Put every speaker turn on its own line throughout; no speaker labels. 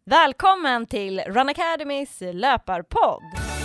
Välkommen till Run Academys löparpodd!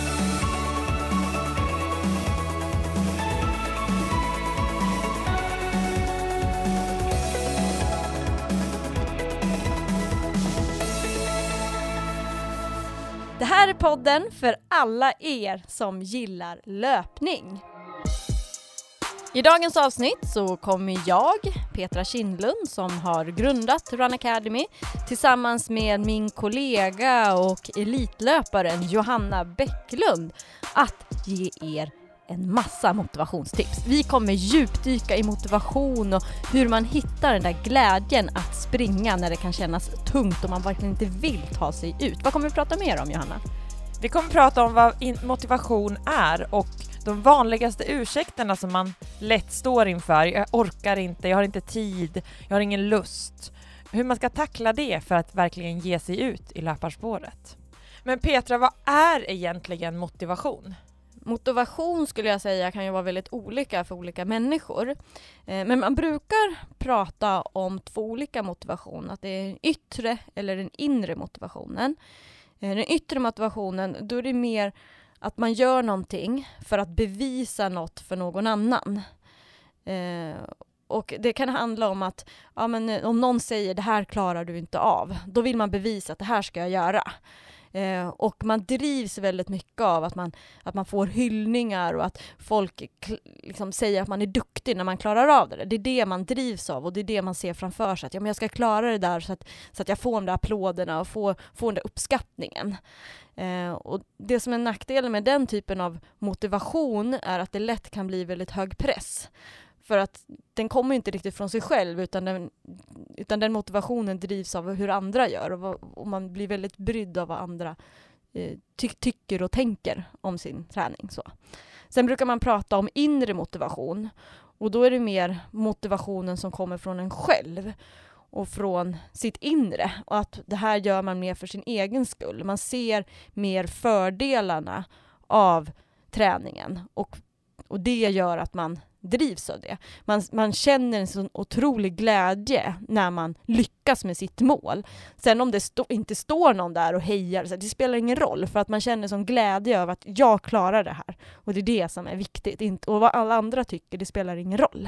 Det här är podden för alla er som gillar löpning. I dagens avsnitt så kommer jag, Petra Kindlund, som har grundat Run Academy, tillsammans med min kollega och elitlöparen Johanna Bäcklund att ge er en massa motivationstips. Vi kommer djupdyka i motivation och hur man hittar den där glädjen att springa när det kan kännas tungt och man verkligen inte vill ta sig ut. Vad kommer vi prata mer om, Johanna?
Vi kommer prata om vad motivation är och de vanligaste ursäkterna som man lätt står inför. Jag orkar inte, jag har inte tid, jag har ingen lust. Hur man ska tackla det för att verkligen ge sig ut i löparspåret. Men Petra, vad är egentligen motivation?
Motivation skulle jag säga kan ju vara väldigt olika för olika människor. Men man brukar prata om två olika motivation. Att det är den yttre eller den inre motivationen. Den yttre motivationen, då är det mer att man gör någonting för att bevisa något för någon annan. Och det kan handla om att om någon säger det här klarar du inte av, då vill man bevisa att det här ska jag göra. Och man drivs väldigt mycket av att man får hyllningar och att folk liksom säger att man är duktig när man klarar av det. Det är det man drivs av och det är det man ser framför sig. Att jag ska klara det där så att jag får de där applåderna och får den där uppskattningen. Och det som är nackdelen med den typen av motivation är att det lätt kan bli väldigt hög press. För att den kommer inte riktigt från sig själv utan den motivationen drivs av hur andra gör. Och man blir väldigt brydd av vad andra tycker och tänker om sin träning. Så. Sen brukar man prata om inre motivation. Och då är det mer motivationen som kommer från en själv. Och från sitt inre. Och att det här gör man mer för sin egen skull. Man ser mer fördelarna av träningen. Och det gör att man drivs av det. Man känner en sån otrolig glädje när man lyckas med sitt mål. Sen om det inte står någon där och hejar, så det spelar ingen roll. För att man känner sån glädje över att jag klarar det här. Och det är det som är viktigt. Och vad alla andra tycker, det spelar ingen roll.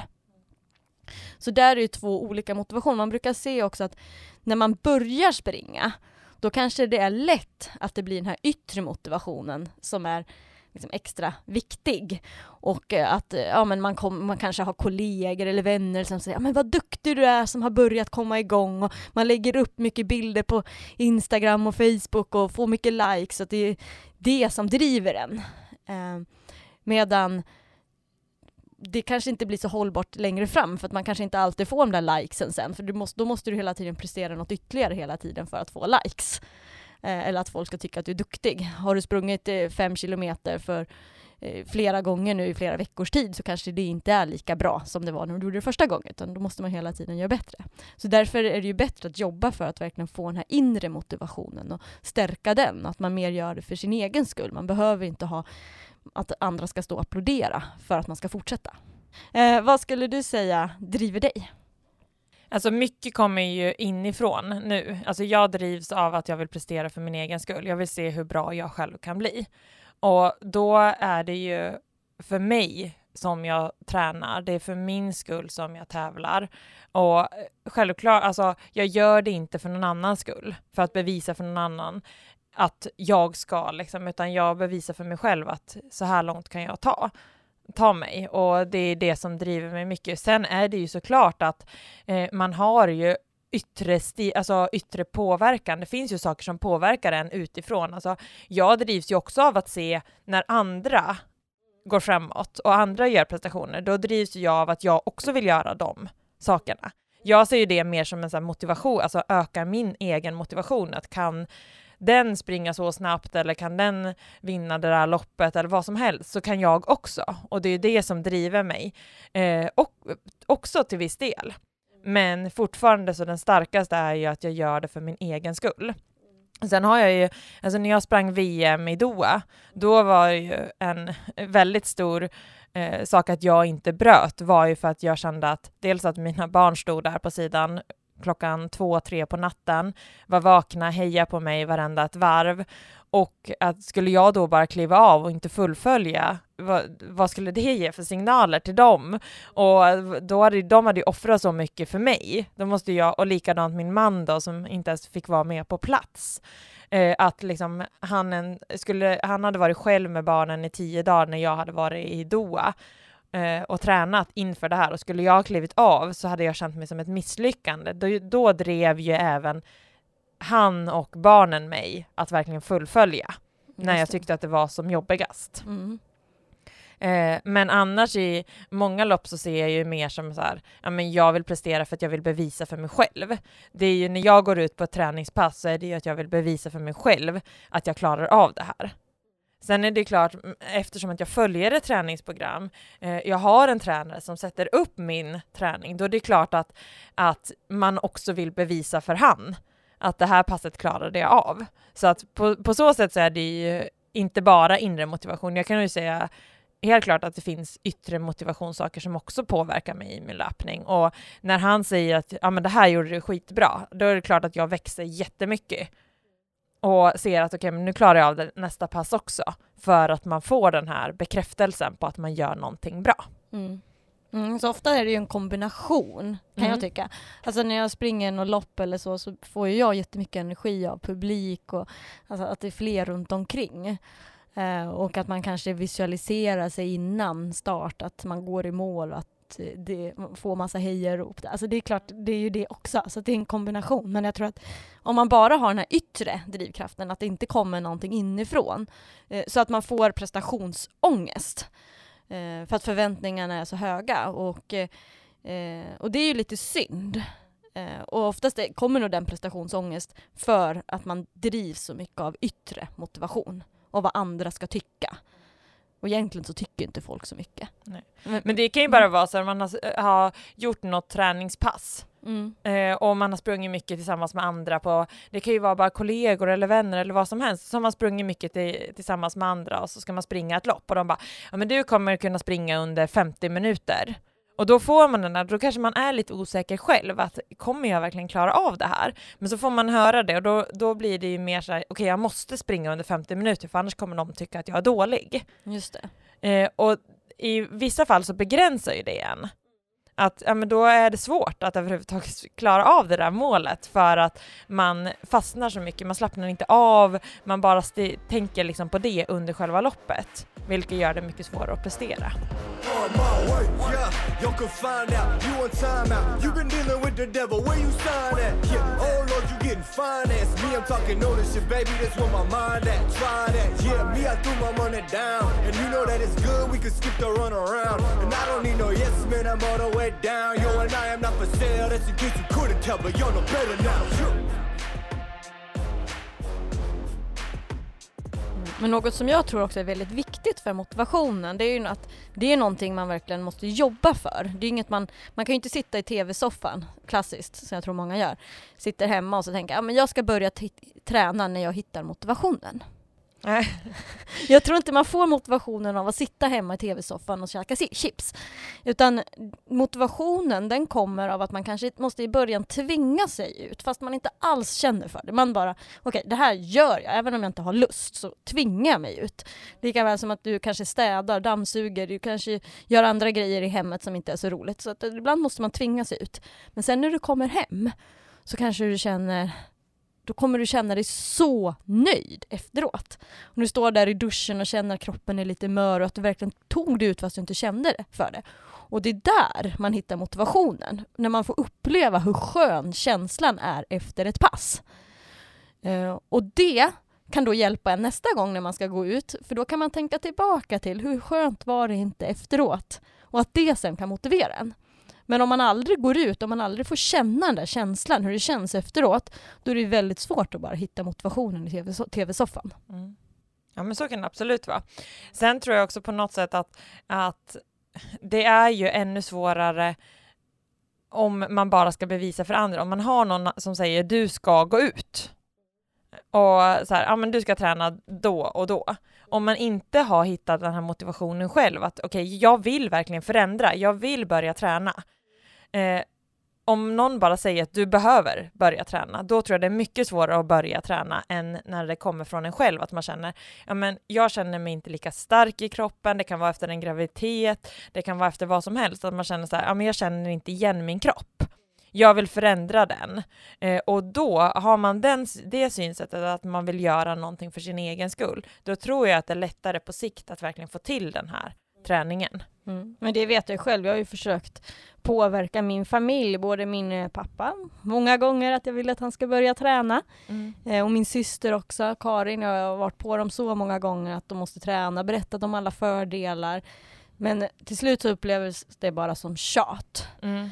Så där är ju två olika motivationer. Man brukar se också att när man börjar springa, då kanske det är lätt att det blir den här yttre motivationen som är liksom extra viktig. Och att man kanske har kollegor eller vänner som säger men vad duktig du är som har börjat komma igång. Och man lägger upp mycket bilder på Instagram och Facebook och får mycket likes. Så det är det som driver en. Medan det kanske inte blir så hållbart längre fram för att man kanske inte alltid får de där likesen sen. För då måste du hela tiden prestera något ytterligare hela tiden för att få likes. Eller att folk ska tycka att du är duktig. Har du sprungit 5 kilometer för flera gånger nu i flera veckors tid så kanske det inte är lika bra som det var när du gjorde det första gången. Utan då måste man hela tiden göra bättre. Så därför är det ju bättre att jobba för att verkligen få den här inre motivationen och stärka den. Att man mer gör det för sin egen skull. Man behöver inte ha att andra ska stå och applådera för att man ska fortsätta. Vad skulle du säga driver dig?
Alltså mycket kommer ju inifrån nu. Alltså jag drivs av att jag vill prestera för min egen skull. Jag vill se hur bra jag själv kan bli. Och då är det ju för mig som jag tränar. Det är för min skull som jag tävlar. Och självklart, alltså jag gör det inte för någon annans skull. För att bevisa för någon annan att jag ska liksom. Utan jag bevisar för mig själv att så här långt kan jag ta mig, och det är det som driver mig mycket. Sen är det ju såklart att man har ju yttre påverkan. Det finns ju saker som påverkar en utifrån. Alltså, jag drivs ju också av att se när andra går framåt och andra gör prestationer. Då drivs jag av att jag också vill göra de sakerna. Jag ser ju det mer som en sån här motivation, alltså öka min egen motivation. Att kan den springa så snabbt eller kan den vinna det där loppet eller vad som helst, så kan jag också. Och det är det som driver mig. Och också till viss del. Men fortfarande så den starkaste är ju att jag gör det för min egen skull. Sen har jag ju, alltså när jag sprang VM i Doha, då var ju en väldigt stor sak att jag inte bröt var ju för att jag kände att dels att mina barn stod där på sidan klockan 2-3 på natten, var vakna, heja på mig varenda ett varv. Och att skulle jag då bara kliva av och inte fullfölja, vad skulle det ge för signaler till dem? Och då hade de hade ju offrat så mycket för mig. Då måste jag, och likadant min man då som inte ens fick vara med på plats. Att liksom han hade varit själv med barnen i 10 dagar när jag hade varit i Doha och tränat inför det här. Och skulle jag ha klivit av så hade jag känt mig som ett misslyckande. Då drev ju även han och barnen mig att verkligen fullfölja när jag tyckte att det var som jobbigast. Men annars i många lopp så ser jag ju mer som så här, ja, men jag vill prestera för att jag vill bevisa för mig själv. Det är ju när jag går ut på ett träningspass så är det ju att jag vill bevisa för mig själv att jag klarar av det här. Sen är det klart, eftersom att jag följer ett träningsprogram, jag har en tränare som sätter upp min träning, då är det klart att man också vill bevisa för han att det här passet klarade jag av. Så att på så sätt så är det ju inte bara inre motivation. Jag kan ju säga helt klart att det finns yttre motivationssaker som också påverkar mig i min löpning. Och när han säger att ja, men det här gjorde du skitbra, då är det klart att jag växer jättemycket. Och ser att okej, men nu klarar jag av det nästa pass också. För att man får den här bekräftelsen på att man gör någonting bra.
Så ofta är det ju en kombination, kan jag tycka. Alltså när jag springer något lopp eller så får jag jättemycket energi av publik och alltså att det är fler runt omkring. Och att man kanske visualiserar sig innan start, att man går i mål och att det får massa hejarop. Alltså det är klart, det är ju det också. Så det är en kombination. Men jag tror att om man bara har den här yttre drivkraften, att det inte kommer någonting inifrån, så att man får prestationsångest. För att förväntningarna är så höga. Och det är ju lite synd. Och oftast kommer nog den prestationsångest för att man drivs så mycket av yttre motivation. Och vad andra ska tycka. Och egentligen så tycker inte folk så mycket.
Nej. Men det kan ju bara vara så att man har gjort något träningspass. Och man har sprungit mycket tillsammans med andra på, det kan ju vara bara kollegor eller vänner eller vad som helst, som har sprungit mycket tillsammans med andra, och så ska man springa ett lopp och de bara, ja men du kommer kunna springa under 50 minuter. Och då får man den där, då kanske man är lite osäker själv, att kommer jag verkligen klara av det här? Men så får man höra det och då blir det ju mer så här, okej, jag måste springa under 50 minuter för annars kommer de tycka att jag är dålig.
Just det.
Och i vissa fall så begränsar ju det en. Att ja, men då är det svårt att överhuvudtaget klara av det där målet för att man fastnar så mycket, man slappnar inte av, man bara tänker liksom på det under själva loppet, vilket gör det mycket svårare att prestera.
Down, yo, and I am not for sale. That's in case you couldn't tell, but you're no better now. Men något som jag tror också är väldigt viktigt för motivationen, det är ju att det är någonting man verkligen måste jobba för. Det är inget man kan ju inte sitta i tv-soffan, klassiskt, som jag tror många gör. Sitter hemma och så tänker men jag ska börja träna när jag hittar motivationen. Jag tror inte man får motivationen av att sitta hemma i tv-soffan och käka chips. Utan motivationen, den kommer av att man kanske måste i början tvinga sig ut fast man inte alls känner för det. Man bara, okej, det här gör jag. Även om jag inte har lust så tvingar jag mig ut. Lika väl som att du kanske städar, dammsuger, du kanske gör andra grejer i hemmet som inte är så roligt. Så att ibland måste man tvinga sig ut. Men sen när du kommer hem så kanske då kommer du känna dig så nöjd efteråt. Och du står där i duschen och känner att kroppen är lite mör och att du verkligen tog det ut fast du inte kände det för det. Och det är där man hittar motivationen. När man får uppleva hur skön känslan är efter ett pass. Och det kan då hjälpa en nästa gång när man ska gå ut. För då kan man tänka tillbaka till hur skönt var det inte efteråt. Och att det sen kan motivera en. Men om man aldrig går ut, om man aldrig får känna den där känslan, hur det känns efteråt, då är det väldigt svårt att bara hitta motivationen i tv-soffan.
Ja, men så kan det absolut vara. Sen tror jag också på något sätt att det är ju ännu svårare om man bara ska bevisa för andra. Om man har någon som säger du ska gå ut och så här, ja men du ska träna då och då. Om man inte har hittat den här motivationen själv, att okej, jag vill verkligen förändra, jag vill börja träna. om någon bara säger att du behöver börja träna, då tror jag det är mycket svårare att börja träna än när det kommer från en själv. Att man känner, ja men jag känner mig inte lika stark i kroppen, det kan vara efter en graviditet, det kan vara efter vad som helst. Att man känner så här, ja men jag känner inte igen min kropp. Jag vill förändra den. Och då har man det synsättet att man vill göra någonting för sin egen skull. Då tror jag att det är lättare på sikt att verkligen få till den här träningen.
Men det vet jag själv. Jag har ju försökt påverka min familj, både min pappa många gånger att jag vill att han ska börja träna. Och min syster också, Karin. Jag har varit på dem så många gånger att de måste träna, berättat om alla fördelar. Men till slut så upplevs det bara som tjat.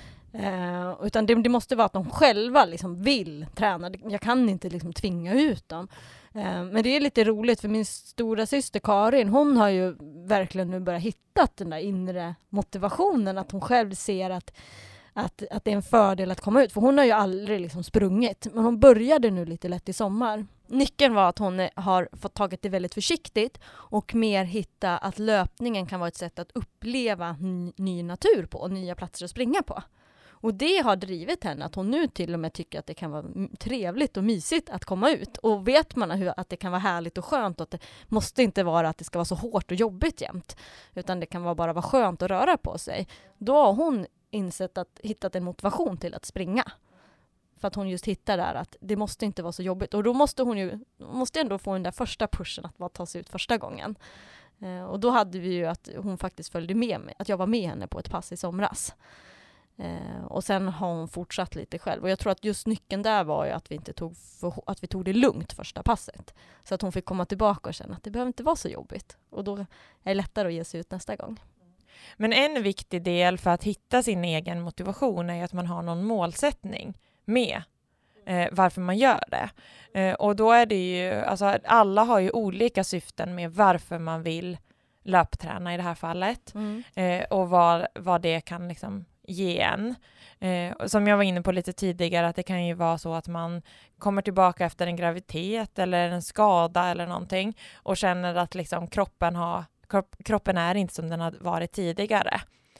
Utan det måste vara att de själva liksom vill träna. Jag kan inte liksom tvinga ut dem. Men det är lite roligt för min stora syster Karin, hon har ju verkligen nu börjat hitta den där inre motivationen, att hon själv ser att det är en fördel att komma ut. För hon har ju aldrig liksom sprungit, men hon började nu lite lätt i sommar. Nyckeln var att hon har fått tagit det väldigt försiktigt och mer hitta att löpningen kan vara ett sätt att uppleva ny natur på och nya platser att springa på. Och det har drivit henne att hon nu till och med tycker att det kan vara trevligt och mysigt att komma ut. Och vet man att det kan vara härligt och skönt och att det måste inte vara att det ska vara så hårt och jobbigt jämt. Utan det kan bara vara skönt att röra på sig. Då har hon hittat en motivation till att springa. För att hon just hittar där att det måste inte vara så jobbigt. Och då måste hon måste ändå få den där första pushen att bara ta sig ut första gången. Och då hade vi ju att hon faktiskt följde med mig. Att jag var med henne på ett pass i somras. Och sen har hon fortsatt lite själv. Och jag tror att just nyckeln där var ju att vi tog det lugnt första passet. Så att hon fick komma tillbaka och känna att det behöver inte vara så jobbigt. Och då är det lättare att ge sig ut nästa gång.
Men en viktig del för att hitta sin egen motivation är att man har någon målsättning med varför man gör det. Och då är det ju, alltså alla har ju olika syften med varför man vill löpträna i det här fallet. Och vad det kan liksom ge en. Som jag var inne på lite tidigare, att det kan ju vara så att man kommer tillbaka efter en graviditet eller en skada eller någonting och känner att liksom kroppen är inte som den har varit tidigare.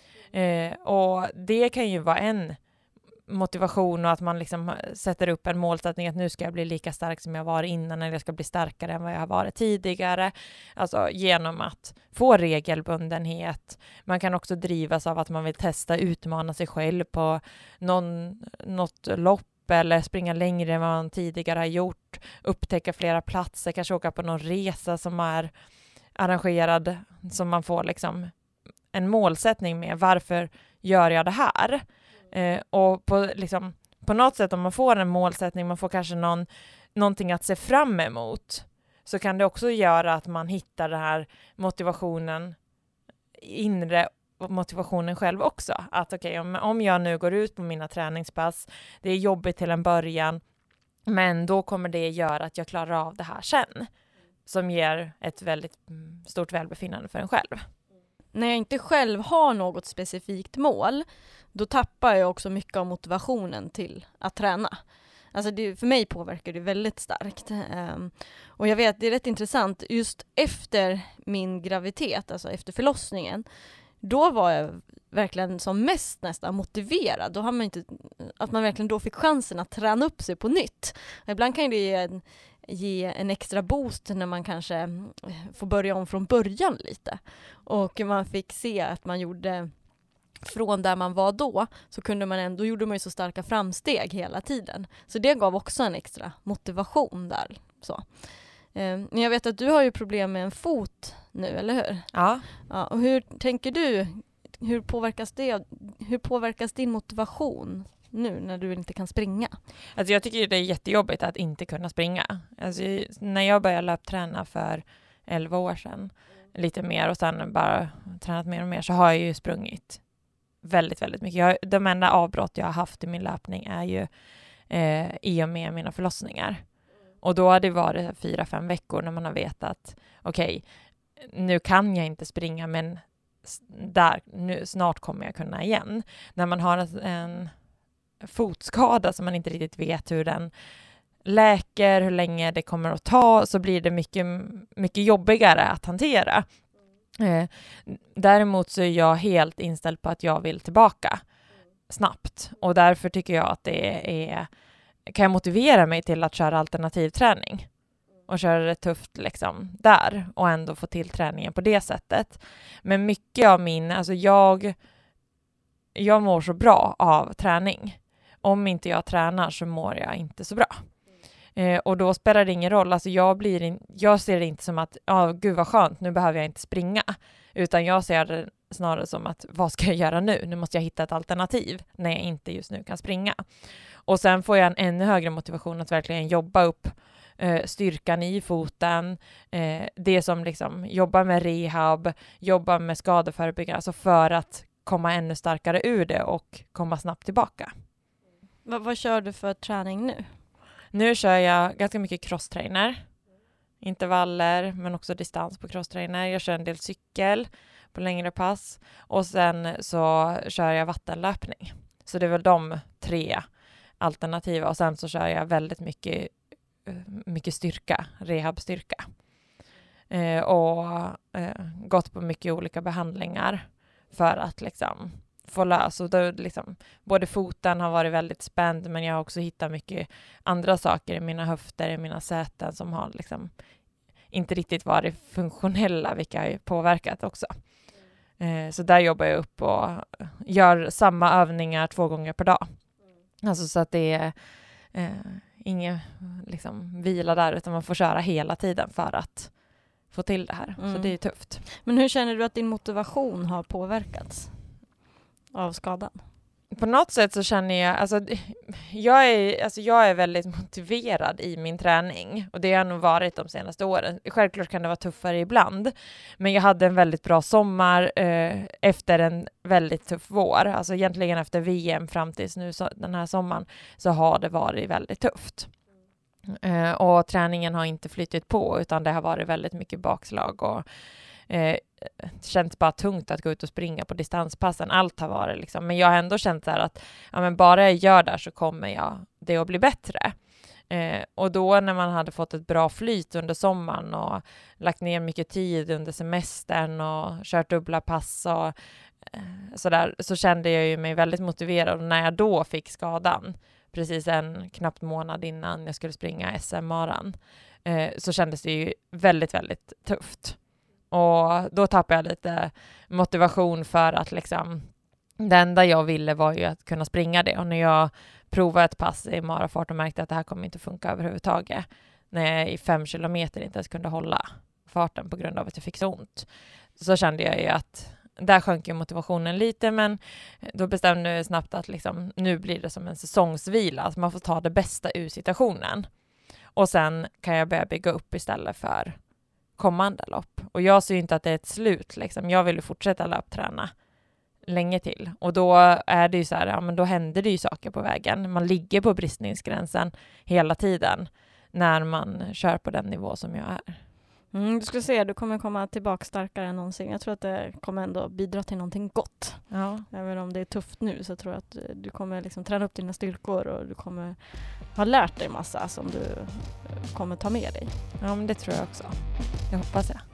Och det kan ju vara en motivation, och att man liksom sätter upp en målsättning att nu ska jag bli lika stark som jag var innan, eller jag ska bli starkare än vad jag har varit tidigare. Alltså genom att få regelbundenhet. Man kan också drivas av att man vill utmana sig själv på något lopp eller springa längre än vad man tidigare har gjort. Upptäcka flera platser, kanske åka på någon resa som är arrangerad, som man får liksom en målsättning med. Varför gör jag det här? Och på något sätt, om man får en målsättning, man får kanske någonting att se fram emot, så kan det också göra att man hittar den här motivationen, inre motivationen själv också. Att okej, om jag nu går ut på mina träningspass, det är jobbigt till en början, men då kommer det göra att jag klarar av det här sen. Som ger ett väldigt stort välbefinnande för en själv.
När jag inte själv har något specifikt mål, då tappar jag också mycket av motivationen till att träna. Alltså för mig påverkar det väldigt starkt. Och jag vet, det är rätt intressant, just efter min graviditet, alltså efter förlossningen, då var jag verkligen som mest nästan motiverad. Då har man inte, att man verkligen då fick chansen att träna upp sig på nytt. Och ibland kan det ge en extra boost när man kanske får börja om från början lite. Och man fick se att man gjorde, från där man var då, så då gjorde man ju så starka framsteg hela tiden. Så det gav också en extra motivation där. Så. Men jag vet att du har ju problem med en fot nu, eller hur?
Ja.
Och hur tänker du? Hur påverkas din motivation nu när du inte kan springa?
Alltså jag tycker det är jättejobbigt att inte kunna springa. Alltså när jag började löpträna för 11 år sedan, lite mer, och sen bara tränat mer och mer, så har jag ju sprungit väldigt, väldigt mycket. De enda avbrott jag har haft i min löpning är ju i och med mina förlossningar. Och då har det varit 4-5 veckor när man har vetat, okej, nu kan jag inte springa, men snart kommer jag kunna igen. När man har en fotskada som man inte riktigt vet hur den läker, hur länge det kommer att ta, så blir det mycket, mycket jobbigare att hantera. Däremot så är jag helt inställd på att jag vill tillbaka. snabbt. Och därför tycker jag att kan jag motivera mig till att köra alternativträning och köra det tufft liksom där och ändå få till träningen på det sättet. Men mycket av alltså jag mår så bra av träning. Om inte jag tränar så mår jag inte så bra. Och då spelar det ingen roll. Alltså jag ser det inte som att gud vad skönt, nu behöver jag inte springa. Utan jag ser det snarare som att vad ska jag göra nu? Nu måste jag hitta ett alternativ när jag inte just nu kan springa. Och sen får jag en ännu högre motivation att verkligen jobba upp styrkan i foten. Det som liksom jobbar med rehab, jobbar med skadeförebyggande. Alltså för att komma ännu starkare ur det och komma snabbt tillbaka.
Vad kör du för träning nu?
Nu kör jag ganska mycket crosstrainer. Intervaller, men också distans på crosstrainer. Jag kör en del cykel på längre pass. Och sen så kör jag vattenlöpning. Så det är väl de 3 alternativa. Och sen så kör jag väldigt mycket styrka, rehabstyrka. Och gått på mycket olika behandlingar för att liksom få lös. Och då liksom, både foten har varit väldigt spänd, men jag har också hittat mycket andra saker i mina höfter, i mina säten som har liksom inte riktigt varit funktionella, vilka har påverkat också. Så där jobbar jag upp och gör samma övningar 2 gånger per dag. Alltså så att det är ingen liksom vila där, utan man får köra hela tiden för att få till det här. Så det är tufft.
Men hur känner du att din motivation har påverkats av skadan?
På något sätt så känner jag, jag är väldigt motiverad i min träning. Och det har nog varit de senaste åren. Självklart kan det vara tuffare ibland. Men jag hade en väldigt bra sommar efter en väldigt tuff vår. Alltså egentligen efter VM fram tills nu den här sommaren så har det varit väldigt tufft. Och träningen har inte flyttit på, utan det har varit väldigt mycket bakslag och det känns bara tungt att gå ut och springa på distanspassen. Allt har varit liksom. Men jag har ändå känt så här att men bara jag gör där så kommer det att bli bättre. Och då när man hade fått ett bra flyt under sommaren och lagt ner mycket tid under semestern och kört dubbla pass och sådär, så kände jag ju mig väldigt motiverad. Och när jag då fick skadan, precis en knappt månad innan jag skulle springa SM-maran, så kändes det ju väldigt, väldigt tufft. Och då tappade jag lite motivation för att liksom, det enda jag ville var ju att kunna springa det. Och när jag provade ett pass i marafart och märkte att det här kommer inte funka överhuvudtaget, när jag i 5 kilometer inte ens kunde hålla farten på grund av att jag fick så ont, så kände jag ju att där sjönk ju motivationen lite. Men då bestämde jag snabbt att liksom, nu blir det som en säsongsvila, att man får ta det bästa ur situationen. Och sen kan jag börja bygga upp istället för kommande lopp. Och jag ser ju inte att det är ett slut. Liksom. Jag vill ju fortsätta löpträna länge till. Och då är det ju så här, men då händer det ju saker på vägen. Man ligger på bristningsgränsen hela tiden när man kör på den nivå som jag är.
Du ska se, du kommer komma tillbaka starkare än någonsin. Jag tror att det kommer ändå bidra till någonting gott.
Ja.
Även om det är tufft nu, så tror jag att du kommer liksom träna upp dina styrkor och du kommer ha lärt dig massa som du kommer ta med dig.
Ja, men det tror jag också. Jag hoppas jag.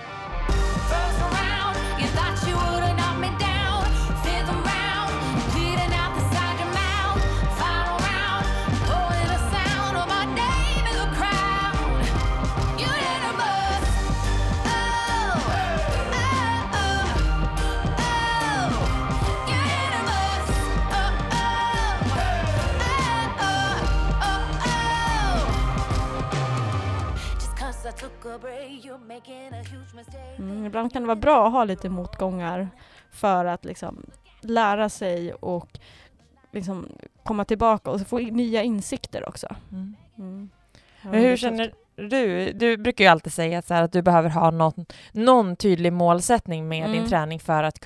Ibland kan det vara bra att ha lite motgångar för att liksom lära sig och liksom komma tillbaka och få nya insikter också. Ja,
hur känner du? Du brukar ju alltid säga så här att du behöver ha någon tydlig målsättning med din träning för att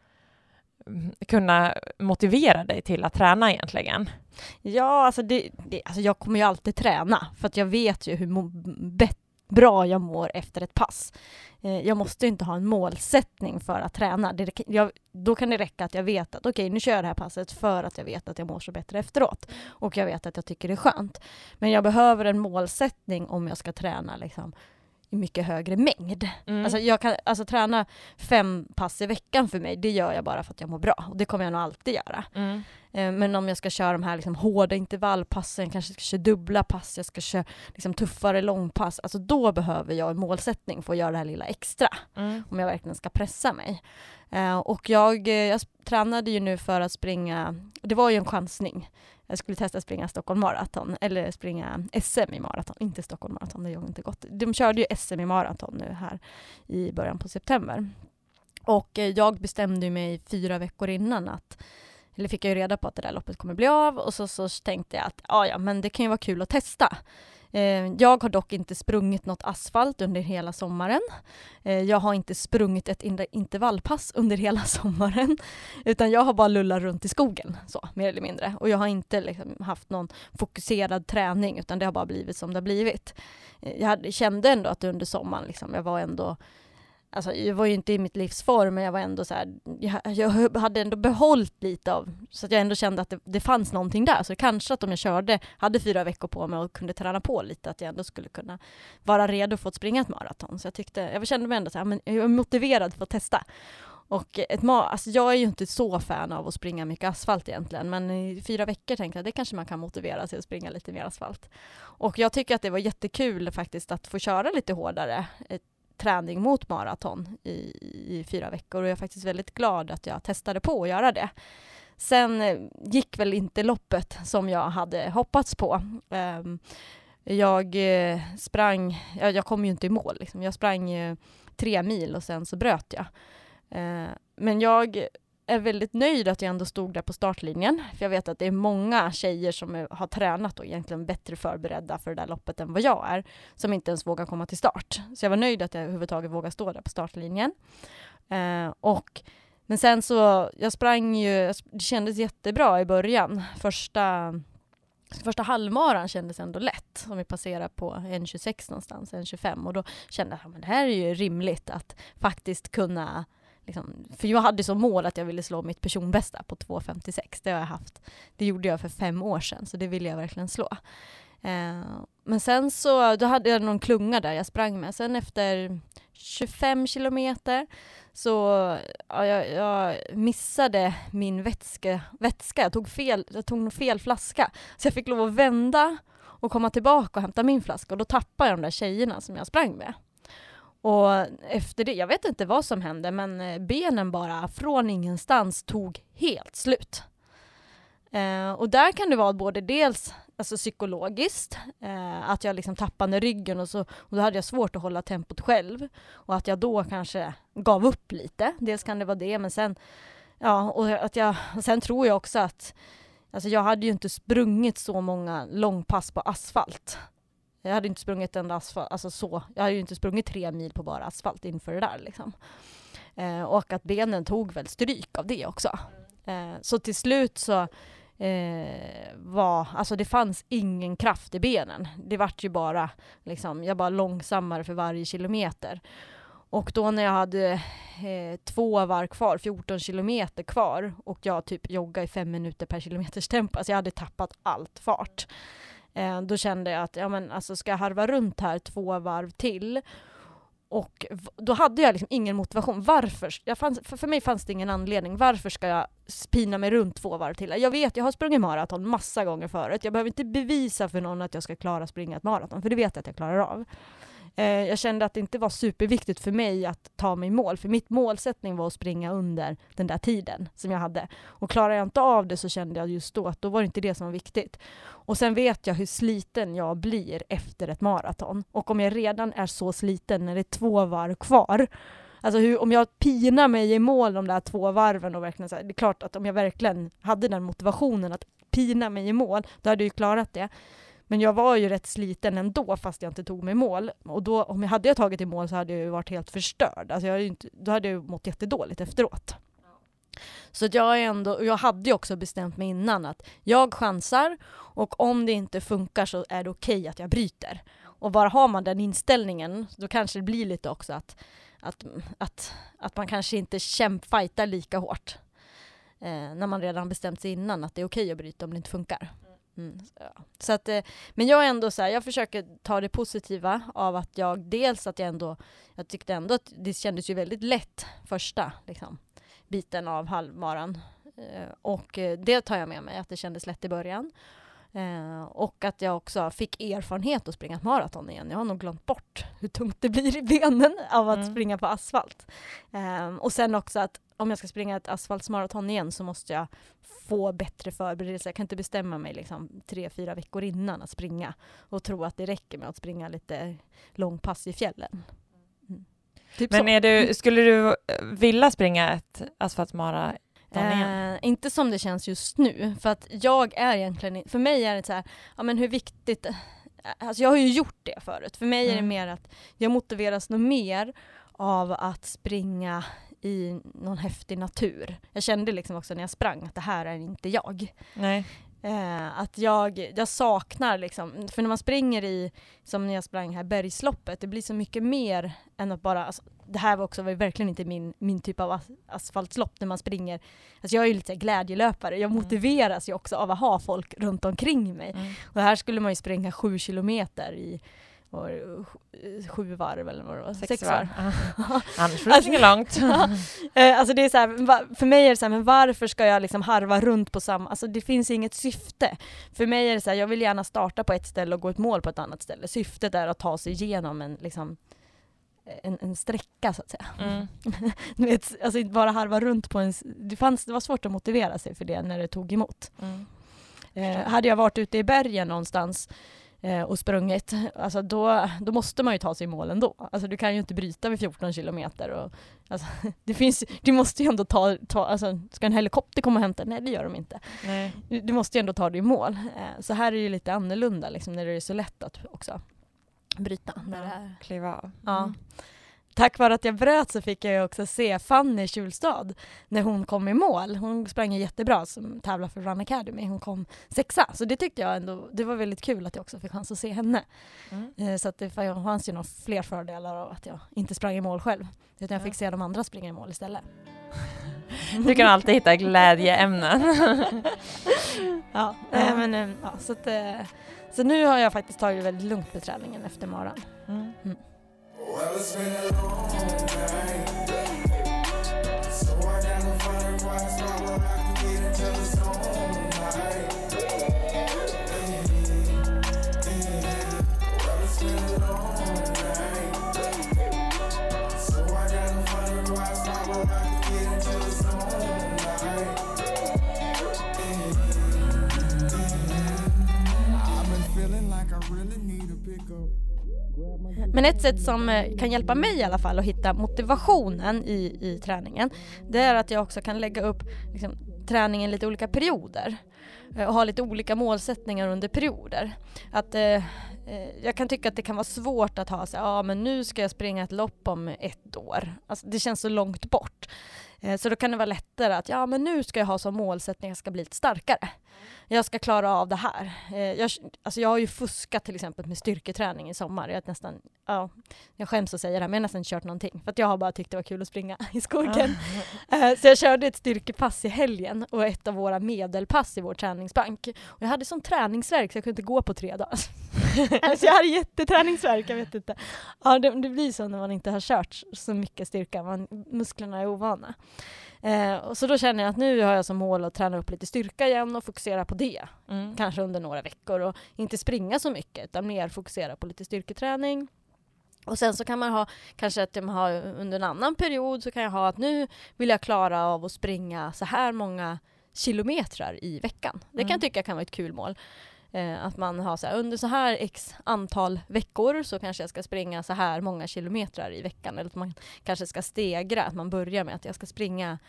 kunna motivera dig till att träna egentligen.
Ja, alltså jag kommer ju alltid träna för att jag vet ju hur bra jag mår efter ett pass. Jag måste inte ha en målsättning för att träna. Då kan det räcka att jag vet att okej, nu kör jag det här passet för att jag vet att jag mår så bättre efteråt. Och jag vet att jag tycker det är skönt. Men jag behöver en målsättning om jag ska träna liksom i mycket högre mängd. Alltså jag kan träna 5 pass i veckan för mig, det gör jag bara för att jag mår bra. Och det kommer jag nog alltid göra. Men om jag ska köra de här liksom hårda intervallpassen, kanske ska köra dubbla pass, jag ska köra liksom tuffare långpass, alltså då behöver jag en målsättning för att göra det här lilla extra. Om jag verkligen ska pressa mig. Och jag tränade ju nu för att springa, det var ju en chansning. Jag skulle testa springa Stockholm Marathon eller springa SM i maraton, inte Stockholm Marathon, det har inte gått. De körde ju SM i maraton nu här i början på september. Och jag bestämde mig 4 veckor innan eller fick jag ju reda på att det där loppet kommer bli av, och så tänkte jag att ja, men det kan ju vara kul att testa. Jag har dock inte sprungit något asfalt under hela sommaren. Jag har inte sprungit ett intervallpass under hela sommaren, utan jag har bara lullat runt i skogen, så mer eller mindre. Och jag har inte liksom haft någon fokuserad träning, utan det har bara blivit som det har blivit. Jag kände ändå att under sommaren liksom, jag var ju inte i mitt livsform, men jag var ändå så här, jag hade ändå behållit lite av, så att jag ändå kände att det fanns någonting där. Så kanske att om jag hade 4 veckor på mig och kunde träna på lite, att jag ändå skulle kunna vara redo för att springa ett maraton. Så jag kände mig ändå så här, men jag är motiverad för att testa. Och jag är ju inte så fan av att springa mycket asfalt egentligen, men i 4 veckor tänkte jag att det kanske man kan motivera sig att springa lite mer asfalt. Och jag tycker att det var jättekul faktiskt att få köra lite hårdare träning mot maraton i 4 veckor, och jag är faktiskt väldigt glad att jag testade på att göra det. Sen gick väl inte loppet som jag hade hoppats på. Jag kom ju inte i mål. Liksom. Jag sprang 3 mil och sen så bröt jag. Men jag är väldigt nöjd att jag ändå stod där på startlinjen. För jag vet att det är många tjejer som har tränat och egentligen bättre förberedda för det där loppet än vad jag är, som inte ens vågar komma till start. Så jag var nöjd att jag överhuvudtaget vågade stå där på startlinjen. Men sen så, jag sprang ju, det kändes jättebra i början. Första halvmaran kändes ändå lätt, om vi passerar på 1.26 någonstans, 1.25. Och då kände jag att det här är ju rimligt att faktiskt kunna, liksom, för jag hade som mål att jag ville slå mitt personbästa på 2.56. Det har jag haft. Det gjorde jag för 5 år sedan, så det ville jag verkligen slå. Men sen så, då hade jag någon klunga där jag sprang med. Sen efter 25 kilometer så jag missade min vätska. Jag tog nog fel flaska. Så jag fick lov att vända och komma tillbaka och hämta min flaska. Och då tappade jag de där tjejerna som jag sprang med. Och efter det, jag vet inte vad som hände, men benen bara från ingenstans tog helt slut. Och där kan det vara både dels psykologiskt, att jag liksom tappade ryggen och då hade jag svårt att hålla tempot själv, och att jag då kanske gav upp lite. Dels kan det vara det, men sen sen tror jag också att jag hade ju inte sprungit så många långpass på asfalt. Jag hade inte sprungit en asfalt, jag hade ju inte sprungit 3 mil på bara asfalt inför det där liksom. Och att benen tog väl stryk av det också. Så till slut så det fanns ingen kraft i benen. Det vart ju bara liksom, jag bara långsammare för varje kilometer. Och då när jag hade 2 varv kvar, 14 kilometer kvar, och jag typ joggade i 5 minuter per kilometers tempo, jag hade tappat allt fart. Då kände jag att ska jag harva runt här 2 varv till? Och då hade jag liksom ingen motivation. För mig fanns det ingen anledning. Varför ska jag spina mig runt 2 varv till? Jag vet, jag har sprungit maraton massa gånger förut. Jag behöver inte bevisa för någon att jag ska klara springa ett maraton, för det vet jag att jag klarar av. Jag kände att det inte var superviktigt för mig att ta mig i mål. För mitt målsättning var att springa under den där tiden som jag hade. Och klarar jag inte av det, så kände jag just då att då var det inte det som var viktigt. Och sen vet jag hur sliten jag blir efter ett maraton. Och om jag redan är så sliten när det är 2 varv kvar. Om jag pinar mig i mål de där 2 varven och verkligen det är klart att om jag verkligen hade den motivationen att pina mig i mål, då hade jag ju klarat det. Men jag var ju rätt sliten ändå, fast jag inte tog mig i mål. Och då, om jag hade tagit i mål, så hade jag ju varit helt förstörd. Då hade jag mått jättedåligt efteråt. Så att jag hade ju också bestämt mig innan att jag chansar, och om det inte funkar så är det okej att jag bryter. Och bara har man den inställningen, då kanske det blir lite också att man kanske inte fightar lika hårt. När man redan bestämt sig innan att det är okej att bryta om det inte funkar. Så att, men jag är ändå så här, jag försöker ta det positiva av att jag tyckte ändå att det kändes ju väldigt lätt första liksom, biten av halvmaran. Och det tar jag med mig, att det kändes lätt i början. Och att jag också fick erfarenhet att springa ett maraton igen. Jag har nog glömt bort hur tungt det blir i benen av att springa på asfalt. Och sen också att om jag ska springa ett asfaltsmaraton igen så måste jag få bättre förberedelse. Jag kan inte bestämma mig liksom 3-4 veckor innan att springa och tro att det räcker med att springa lite långpass i fjällen. Typ
men skulle du vilja springa ett asfaltsmaraton igen?
Inte som det känns just nu, för att jag är egentligen, för mig är det så här, ja men hur viktigt, alltså jag har ju gjort det förut, för mig är det mer att jag motiveras nog mer av att springa i någon häftig natur. Jag kände liksom också när jag sprang att det här är inte jag.
Nej.
Att jag saknar liksom, för när man springer i, som när jag sprang här bergsloppet, det blir så mycket mer än att bara, alltså, det här var verkligen inte min typ av asfaltslopp när man springer. Alltså jag är ju lite glädjelöpare. Jag motiveras ju också av att ha folk runt omkring mig. Och här skulle man ju springa 7 kilometer i 7 varv eller vad det var. 6 varv.
Annars får det inte långt.
Alltså det är så här, för mig är det så här, men varför ska jag liksom harva runt på samma, alltså det finns inget syfte. För mig är det så här, jag vill gärna starta på ett ställe och gå ett mål på ett annat ställe. Syftet är att ta sig igenom en sträcka så att säga. Du vet, alltså inte bara harva runt på det var svårt att motivera sig för det när det tog emot. Hade jag varit ute i bergen någonstans och sprungit, alltså då måste man ju ta sig i mål ändå. Alltså du kan ju inte bryta vid 14 kilometer. Och, alltså, du måste ju ändå ta alltså, ska en helikopter komma och hämta? Nej, det gör de inte.
Nej.
Du måste ju ändå ta dig i mål. Så här är det ju lite annorlunda liksom, när det är så lätt att också bryta. När det är...
Kliva av.
Ja. Tack vare att jag bröt så fick jag också se Fanny Kjulstad när hon kom i mål. Hon sprang jättebra som tävlar för Run Academy. Hon kom 6. Så det tyckte jag ändå, det var väldigt kul att jag också fick chans att se henne. Så att det fanns ju några fler fördelar av att jag inte sprang i mål själv. Utan jag fick se de andra springa i mål istället.
Du kan alltid hitta glädjeämnen.
Så nu har jag faktiskt tagit väldigt lugnt med träningen efter maran.
Well, it's been a long night, so I never find a rise, now we'll have to get into the zone night. Well, it's been a long night, so I never find a rise, now we'll have to get into the zone night. I've been feeling like I really need a pickup.
Men ett sätt som kan hjälpa mig i alla fall att hitta motivationen i träningen, det är att jag också kan lägga upp liksom, träningen i lite olika perioder och ha lite olika målsättningar under perioder. Att jag kan tycka att det kan vara svårt att ha så men nu ska jag springa ett lopp om 1 år. Alltså, det känns så långt bort. Så då kan det vara lättare att men nu ska jag ha som målsättning att jag ska bli lite starkare. Jag ska klara av det här. Jag har ju fuskat till exempel med styrketräning i sommar. Jag skäms att säga det här, men jag har nästan inte kört någonting. För att jag har bara tyckt det var kul att springa i skogen. Så jag körde ett styrkepass i helgen och ett av våra medelpass i vår träningsbank. Och jag hade sån träningsvärk så jag kunde inte gå på 3 dagar. Alltså jag hade jätteträningsvärk, jag vet inte. Ja, det blir så när man inte har kört så mycket styrka. Musklerna är ovana. Och så då känner jag att nu har jag som mål att träna upp lite styrka igen och fokusera på det. Kanske under några veckor och inte springa så mycket utan mer fokusera på lite styrketräning. Och sen så kan man ha kanske att man har under en annan period så kan jag ha att nu vill jag klara av att springa så här många kilometrar i veckan. Det kan jag tycka kan vara ett kul mål. Att man har så här, under så här x antal veckor så kanske jag ska springa så här många kilometrar i veckan. Eller att man kanske ska stegra, att man börjar med att jag ska springa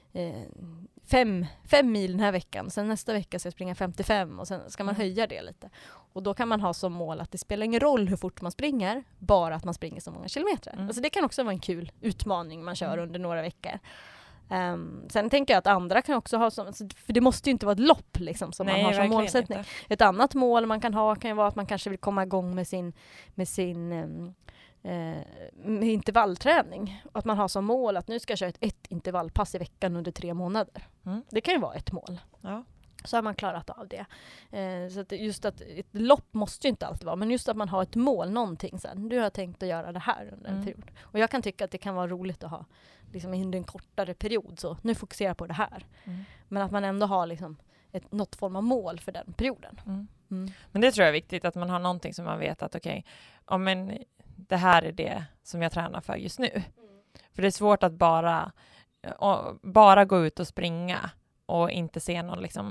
5 mil den här veckan. Sen nästa vecka ska jag springa 55 och sen ska man höja det lite. Och då kan man ha som mål att det spelar ingen roll hur fort man springer, bara att man springer så många kilometer. Alltså det kan också vara en kul utmaning man kör under några veckor. Sen tänker jag att andra kan också ha för det måste ju inte vara ett lopp liksom, som man har som målsättning. Inte. Ett annat mål man kan ha kan ju vara att man kanske vill komma igång med sin intervallträning. Och att man har som mål att nu ska jag köra ett intervallpass i veckan under 3 månader. Det kan ju vara ett mål.
Ja.
Så har man klarat av det. Så att just att ett lopp måste ju inte alltid vara, men just att man har ett mål, någonting sen. Du har tänkt att göra det här under en period. Och jag kan tycka att det kan vara roligt att ha liksom under en kortare period, så nu fokuserar jag på det här. Men att man ändå har liksom något form av mål för den perioden.
Men det tror jag är viktigt, att man har någonting som man vet att men det här är det som jag tränar för just nu. För det är svårt att bara gå ut och springa och inte se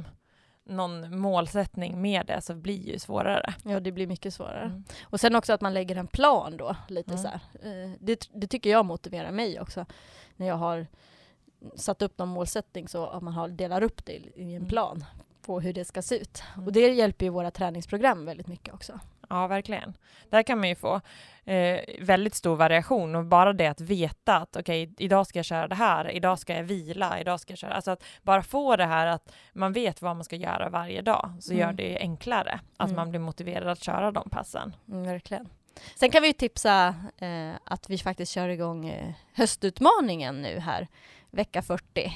någon målsättning med det, så blir ju svårare.
Ja, det blir mycket svårare. Och sen också att man lägger en plan då, lite så här. Det tycker jag motiverar mig också. När jag har satt upp någon målsättning, så att man delar upp det i en plan på hur det ska se ut. Och det hjälper ju våra träningsprogram väldigt mycket också.
Ja, verkligen. Där kan man ju få väldigt stor variation, och bara det att veta att idag ska jag köra det här, idag ska jag vila, idag ska jag köra. Alltså att bara få det här att man vet vad man ska göra varje dag, så gör det enklare att man blir motiverad att köra de passen.
Verkligen. Sen kan vi ju tipsa att vi faktiskt kör igång höstutmaningen nu här, vecka 40.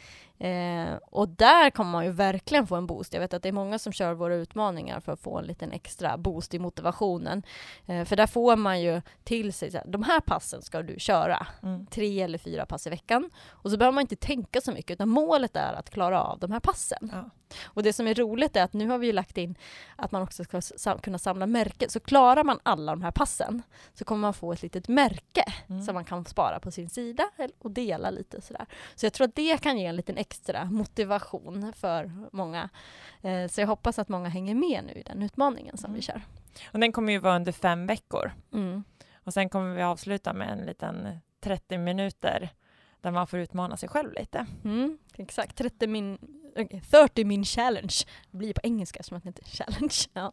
Och där kommer man ju verkligen få en boost. Jag vet att det är många som kör våra utmaningar för att få en liten extra boost i motivationen. För där får man ju till sig så här, de här passen ska du köra 3 eller 4 pass i veckan. Och så behöver man inte tänka så mycket, utan målet är att klara av de här passen. Ja. Och det som är roligt är att nu har vi ju lagt in att man också ska kunna samla märken. Så klarar man alla de här passen, så kommer man få ett litet märke som man kan spara på sin sida och dela lite sådär. Så jag tror att det kan ge en liten extra motivation för många. Så jag hoppas att många hänger med nu i den utmaningen som vi kör.
Och den kommer ju vara under 5 veckor. Och sen kommer vi avsluta med en liten 30 minuter där man får utmana sig själv lite.
Exakt, 30 min challenge. Det blir på engelska som att det inte är challenge. Ja.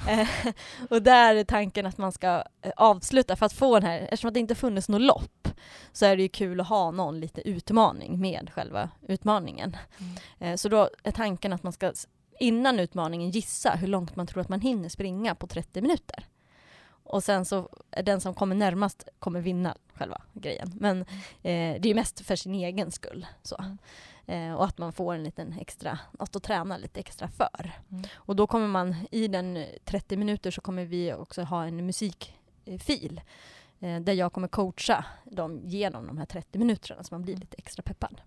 Och där är tanken att man ska avsluta för att få den här, eftersom att det inte funnits något lopp, så är det ju kul att ha någon lite utmaning med själva utmaningen. Så då är tanken att man ska innan utmaningen gissa hur långt man tror att man hinner springa på 30 minuter. Och sen så är den som kommer närmast kommer vinna själva grejen. Men det är ju mest för sin egen skull. Så. Och att man får en liten extra, något att träna lite extra för. Och då kommer man i den 30 minuter så kommer vi också ha en musikfil. Där jag kommer coacha dem genom de här 30 minuterna, så man blir lite extra peppad.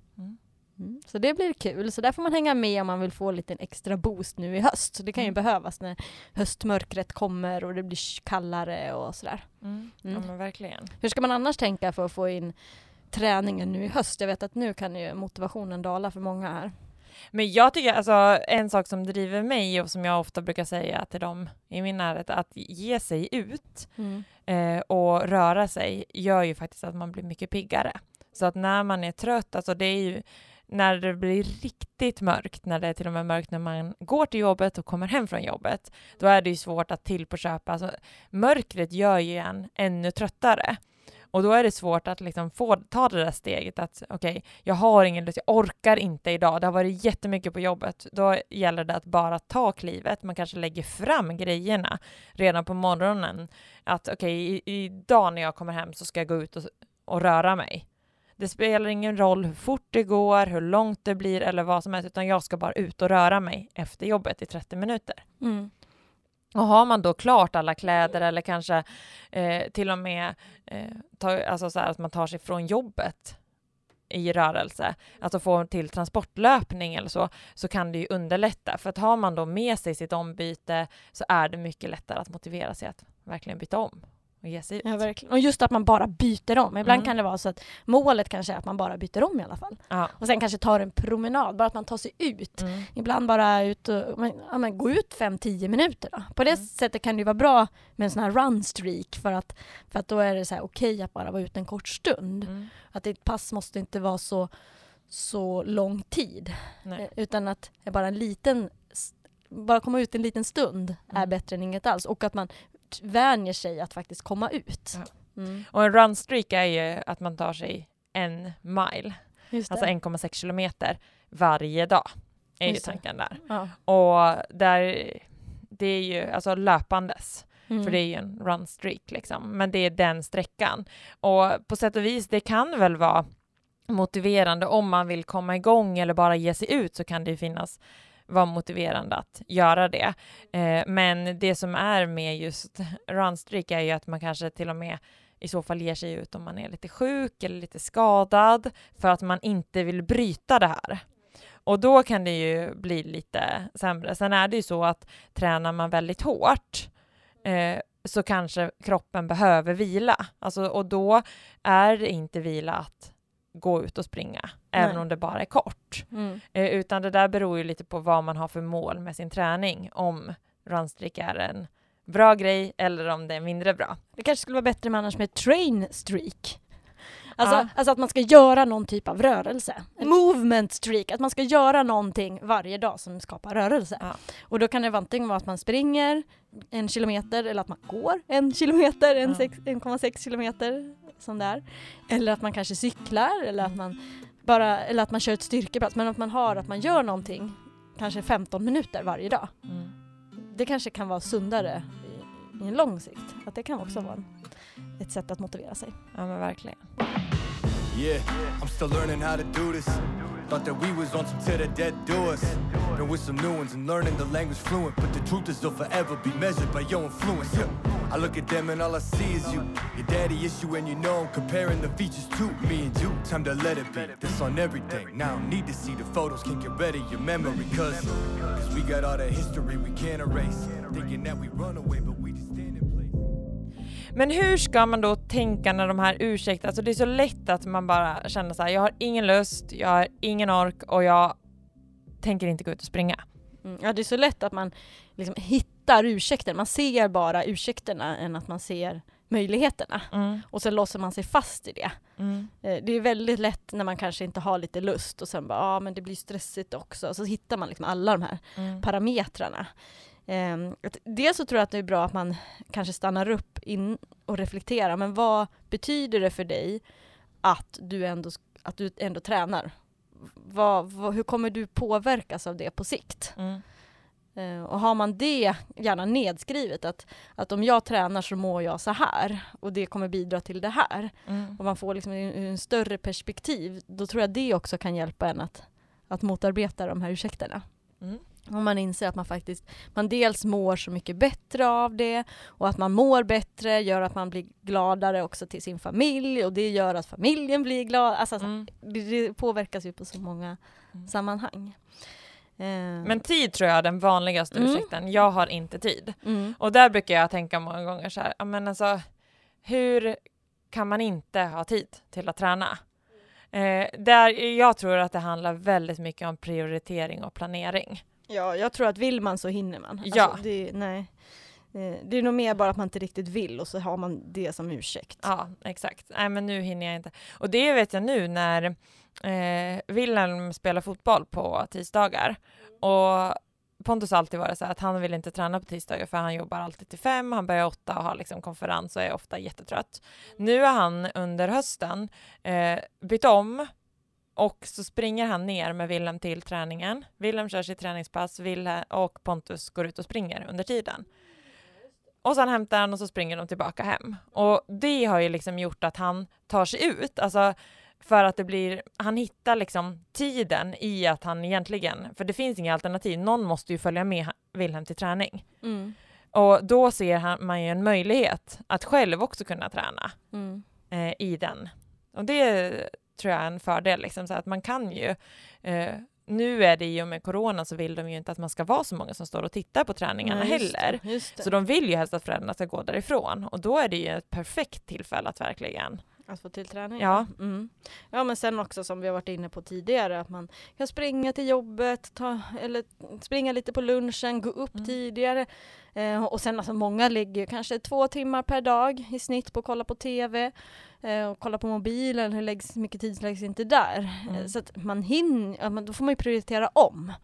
Så det blir kul. Så där får man hänga med om man vill få lite extra boost nu i höst. Så det kan ju behövas när höstmörkret kommer och det blir kallare och sådär.
Ja, men verkligen.
Hur ska man annars tänka för att få in träningen nu i höst? Jag vet att nu kan ju motivationen dala för många här.
Men jag tycker en sak som driver mig och som jag ofta brukar säga till dem i min närhet, att ge sig ut och röra sig gör ju faktiskt att man blir mycket piggare. Så att när man är trött, alltså det är ju när det blir riktigt mörkt, när det är till och med mörkt när man går till jobbet och kommer hem från jobbet, då är det ju svårt att till på köpa. Alltså, mörkret gör ju en ännu tröttare. Och då är det svårt att liksom ta det där steget att jag har ingen lust, jag orkar inte idag. Det har varit jättemycket på jobbet. Då gäller det att bara ta klivet. Man kanske lägger fram grejerna redan på morgonen. Att idag när jag kommer hem så ska jag gå ut och röra mig. Det spelar ingen roll hur fort det går, hur långt det blir eller vad som helst, utan jag ska bara ut och röra mig efter jobbet i 30 minuter. Och har man då klart alla kläder eller kanske till och med så här att man tar sig från jobbet i rörelse, alltså få till transportlöpning eller så kan det ju underlätta. För att har man då med sig sitt ombyte så är det mycket lättare att motivera sig att verkligen byta om. Och ge sig ut.
Ja, verkligen. Och just att man bara byter om. Ibland kan det vara så att målet kanske är att man bara byter om i alla fall. Ja. Och sen kanske tar en promenad, bara att man tar sig ut. Ibland bara ut och gå ut 5-10 minuter då. På det sättet kan det ju vara bra med en sån här run streak för att då är det så här okej att bara vara ute en kort stund. Att ett pass måste inte vara så lång tid. Utan att bara komma ut en liten stund är bättre än inget alls. Och att man vänjer sig att faktiskt komma ut.
Ja. Och en run streak är ju att man tar sig 1 mile. Alltså 1,6 kilometer varje dag. Är ju tanken där. Ja. Och det är ju alltså löpandes. För det är ju en run streak liksom. Men det är den sträckan. Och på sätt och vis, det kan väl vara motiverande om man vill komma igång eller bara ge sig ut, så kan det finnas vara motiverande att göra det. Men det som är med just runstreak är ju att man kanske till och med i så fall ger sig ut om man är lite sjuk eller lite skadad för att man inte vill bryta det här. Och då kan det ju bli lite sämre. Sen är det ju så att tränar man väldigt hårt så kanske kroppen behöver vila. Alltså, och då är det inte vila att gå ut och springa, även om det bara är kort. Utan det där beror ju lite på vad man har för mål med sin träning. Om runstreak är en bra grej eller om det är mindre bra.
Det kanske skulle vara bättre med annars med train streak. Alltså att man ska göra någon typ av rörelse. Movement streak. Att man ska göra någonting varje dag som skapar rörelse.
Ja.
Och då kan det antingen vara att man springer 1 kilometer eller att man går 1 kilometer, 1,6 kilometer som där. Eller att man kanske cyklar eller att man kör ett styrkepass. Men att man gör någonting kanske 15 minuter varje dag. Det kanske kan vara sundare i en lång sikt. Att det kan också vara ett sätt att motivera sig.
Ja, men verkligen.
Yeah, I'm still learning how to do this. Thought that we was on some till the dead do us. Been with some new ones and learning the language fluent. But the truth is they'll forever be measured by your influence. Yeah. I look at them and all I see is you. Your daddy issue and you know I'm comparing the features to me and you. Time to let it be. This on everything. Now need to see the photos. Can't get rid of your memory. Cause we got all the history we can't erase. Thinking that we run away but we just stand in place.
Men hur ska man då tänka när de här ursäkterna, alltså det är så lätt att man bara känner så här, jag har ingen lust, jag har ingen ork och jag tänker inte gå ut och springa.
Ja, det är så lätt att man liksom hittar ursäkter. Man ser bara ursäkterna än att man ser möjligheterna. Och sen låser man sig fast i det. Det är väldigt lätt när man kanske inte har lite lust och sen bara, men det blir stressigt också. Och så hittar man liksom alla de här parametrarna. Dels så tror jag att det är bra att man kanske stannar upp in och reflekterar. Men vad betyder det för dig att du ändå tränar? Hur kommer du påverkas av det på sikt? Och har man det gärna nedskrivet att om jag tränar så mår jag så här och det kommer bidra till det här. Och man får liksom en större perspektiv, då tror jag det också kan hjälpa en att motarbeta de här ursäkterna. Om man inser att man dels mår så mycket bättre av det och att man mår bättre gör att man blir gladare också till sin familj och det gör att familjen blir glad. Alltså, det påverkas ju på så många sammanhang.
Men tid tror jag är den vanligaste ursäkten. Jag har inte tid. Och där brukar jag tänka många gånger så här, men alltså, hur kan man inte ha tid till att träna? Jag tror att det handlar väldigt mycket om prioritering och planering.
Ja, jag tror att vill man så hinner man.
Ja.
Alltså, det är nog mer bara att man inte riktigt vill och så har man det som ursäkt.
Ja, exakt. Nej, men nu hinner jag inte. Och det vet jag nu när Wilhelm spelar fotboll på tisdagar. Och Pontus har alltid varit så här att han vill inte träna på tisdagar för han jobbar alltid till 5. Han börjar 8 och har liksom konferens och är ofta jättetrött. Nu har han under hösten bytt om. Och så springer han ner med Wilhelm till träningen. Wilhelm kör sitt träningspass och Pontus går ut och springer under tiden. Och sen hämtar han och så springer de tillbaka hem. Och det har ju liksom gjort att han tar sig ut. Alltså för att han hittar liksom tiden i att han egentligen, för det finns inga alternativ. Någon måste ju följa med Wilhelm till träning. Och då ser man ju en möjlighet att själv också kunna träna i den. Och det tror jag är en fördel liksom, så att man kan ju nu är det ju med corona så vill de ju inte att man ska vara så många som står och tittar på träningarna heller. Just det. Så de vill ju helst att föräldrarna ska gå därifrån och då är det ju ett perfekt tillfälle att verkligen
att få till träning.
Ja.
Ja, men sen också som vi har varit inne på tidigare att man kan springa till jobbet, eller springa lite på lunchen, gå upp tidigare. Och sen alltså många ligger kanske 2 timmar per dag i snitt på att kolla på tv och kolla på mobilen. Hur mycket tid läggs inte där? Så att man hinner, då får man ju prioritera om.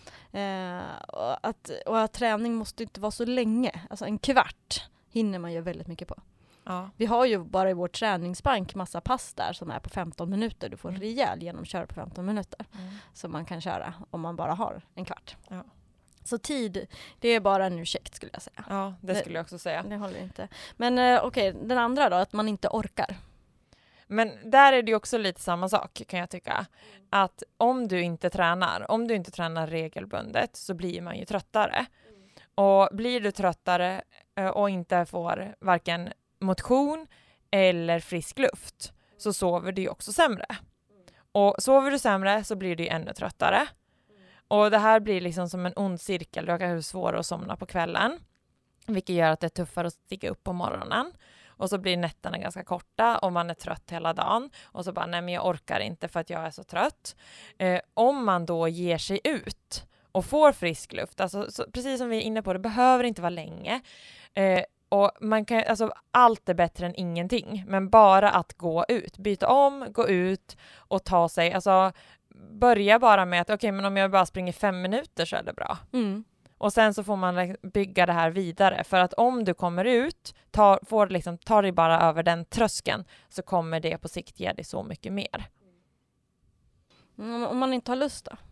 Och att träning måste inte vara så länge. Alltså en kvart hinner man ju väldigt mycket på.
Ja.
Vi har ju bara i vår träningsbank massa pass där som är på 15 minuter. Du får en rejäl genomkör på 15 minuter som man kan köra om man bara har en kvart.
Ja.
Så tid, det är bara en ursäkt skulle jag säga.
Ja, det skulle jag också säga.
Det håller inte. Men okej, den andra då, att man inte orkar.
Men där är det ju också lite samma sak kan jag tycka. Att om du inte tränar regelbundet så blir man ju tröttare. Och blir du tröttare och inte får varken motion eller frisk luft så sover du ju också sämre. Och sover du sämre så blir du ännu tröttare. Och det här blir liksom som en ond cirkel. Du har svårare att somna på kvällen. Vilket gör att det är tuffare att stiga upp på morgonen. Och så blir nätterna ganska korta och man är trött hela dagen. Och så bara, nej men jag orkar inte för att jag är så trött. Om man då ger sig ut och får frisk luft. Alltså, så, precis som vi är inne på, det behöver inte vara länge. Och man kan, alltså, allt är bättre än ingenting. Men bara att gå ut. Byta om, gå ut och ta sig. Alltså, börja bara med att okej, men om jag bara springer 5 minuter så är det bra. Och sen så får man bygga det här vidare. För att om du kommer ut, tar dig bara över den tröskeln så kommer det på sikt ge dig så mycket mer.
Om man inte har lust då?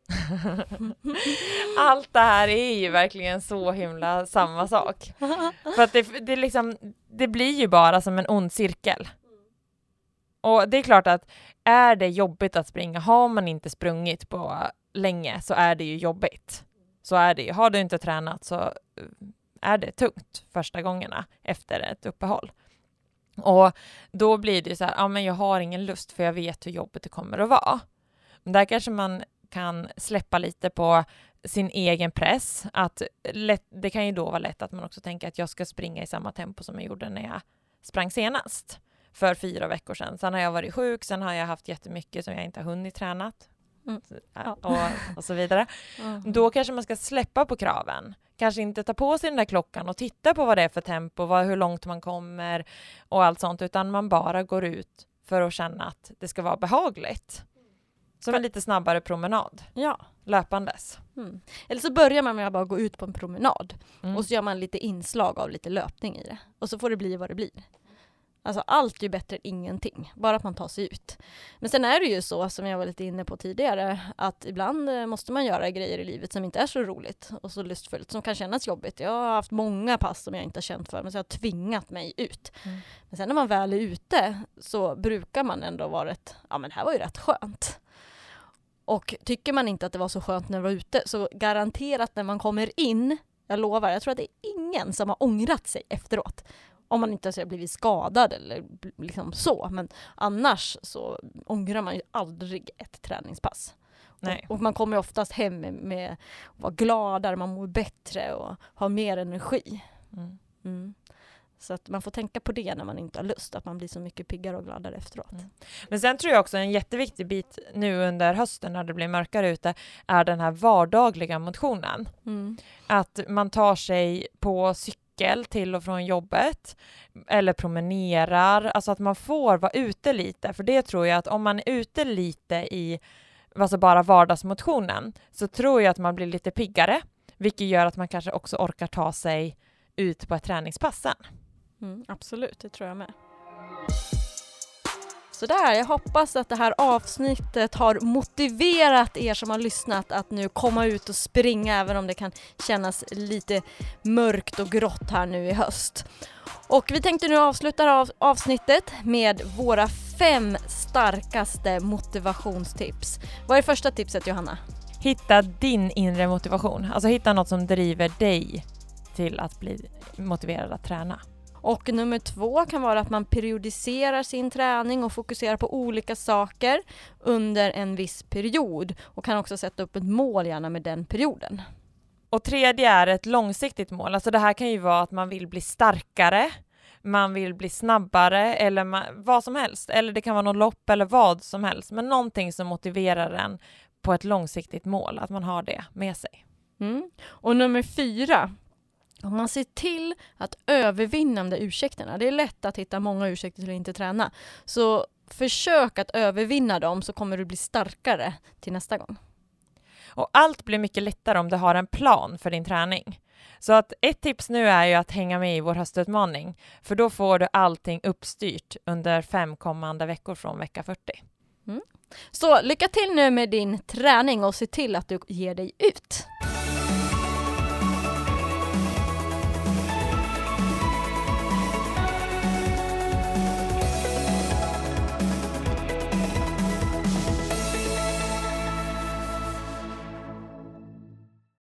Allt det här är ju verkligen så himla samma sak. För att det blir ju bara som en ond cirkel. Och det är klart att är det jobbigt att springa, har man inte sprungit på länge så är det ju jobbigt. Så är det ju. Har du inte tränat så är det tungt första gångerna efter ett uppehåll. Och då blir det så här, men jag har ingen lust för jag vet hur jobbigt det kommer att vara. Men där kanske man kan släppa lite på sin egen press. Det kan ju då vara lätt att man också tänker att jag ska springa i samma tempo som jag gjorde när jag sprang senast. För 4 veckor sedan. Sen har jag varit sjuk, sen har jag haft jättemycket som jag inte har hunnit tränat. Och så vidare. Då kanske man ska släppa på kraven. Kanske inte ta på sig den där klockan och titta på vad det är för tempo, hur långt man kommer och allt sånt. Utan man bara går ut för att känna att det ska vara behagligt. Som en lite snabbare promenad.
Ja.
Löpandes.
Eller så börjar man med att bara gå ut på en promenad. Och så gör man lite inslag av lite löpning i det. Och så får det bli vad det blir. Alltså allt är ju bättre än ingenting. Bara att man tar sig ut. Men sen är det ju så, som jag var lite inne på tidigare, att ibland måste man göra grejer i livet som inte är så roligt och så lustfullt, som kan kännas jobbigt. Jag har haft många pass som jag inte har känt för, men så jag har tvingat mig ut. Men sen när man väl är ute så brukar man ändå vara men det här var ju rätt skönt. Och tycker man inte att det var så skönt när man var ute, så garanterat när man kommer in, jag lovar, jag tror att det är ingen som har ångrat sig efteråt. Om man inte har blivit skadad eller liksom så. Men annars så ångrar man ju aldrig ett träningspass.
Nej.
Och man kommer oftast hem med att vara gladare, man mår bättre och har mer energi. Så att man får tänka på det när man inte har lust. Att man blir så mycket piggare och gladare efteråt.
Men sen tror jag också en jätteviktig bit nu under hösten när det blir mörkare ute är den här vardagliga motionen. Att man tar sig på cykel till och från jobbet eller promenerar. Alltså att man får vara ute lite. För det tror jag att om man är ute lite i alltså bara vardagsmotionen så tror jag att man blir lite piggare. Vilket gör att man kanske också orkar ta sig ut på ett träningspass sen.
Absolut, det tror jag med. Så där, jag hoppas att det här avsnittet har motiverat er som har lyssnat att nu komma ut och springa även om det kan kännas lite mörkt och grått här nu i höst. Och vi tänkte nu avsluta avsnittet med våra 5 starkaste motivationstips. Vad är första tipset, Johanna?
Hitta din inre motivation. Alltså hitta något som driver dig till att bli motiverad att träna.
Och nummer 2 kan vara att man periodiserar sin träning och fokuserar på olika saker under en viss period. Och kan också sätta upp ett mål gärna med den perioden.
Och 3 är ett långsiktigt mål. Alltså det här kan ju vara att man vill bli starkare, man vill bli snabbare eller vad som helst. Eller det kan vara något lopp eller vad som helst. Men någonting som motiverar en på ett långsiktigt mål. Att man har det med sig.
Och nummer 4. Om man ser till att övervinna de ursäkterna. Det är lätt att hitta många ursäkter till att inte träna. Så försök att övervinna dem så kommer du bli starkare till nästa gång.
Och allt blir mycket lättare om du har en plan för din träning. Så att ett tips nu är ju att hänga med i vår höstutmaning. För då får du allting uppstyrt under 5 kommande veckor från vecka 40.
Så lycka till nu med din träning och se till att du ger dig ut.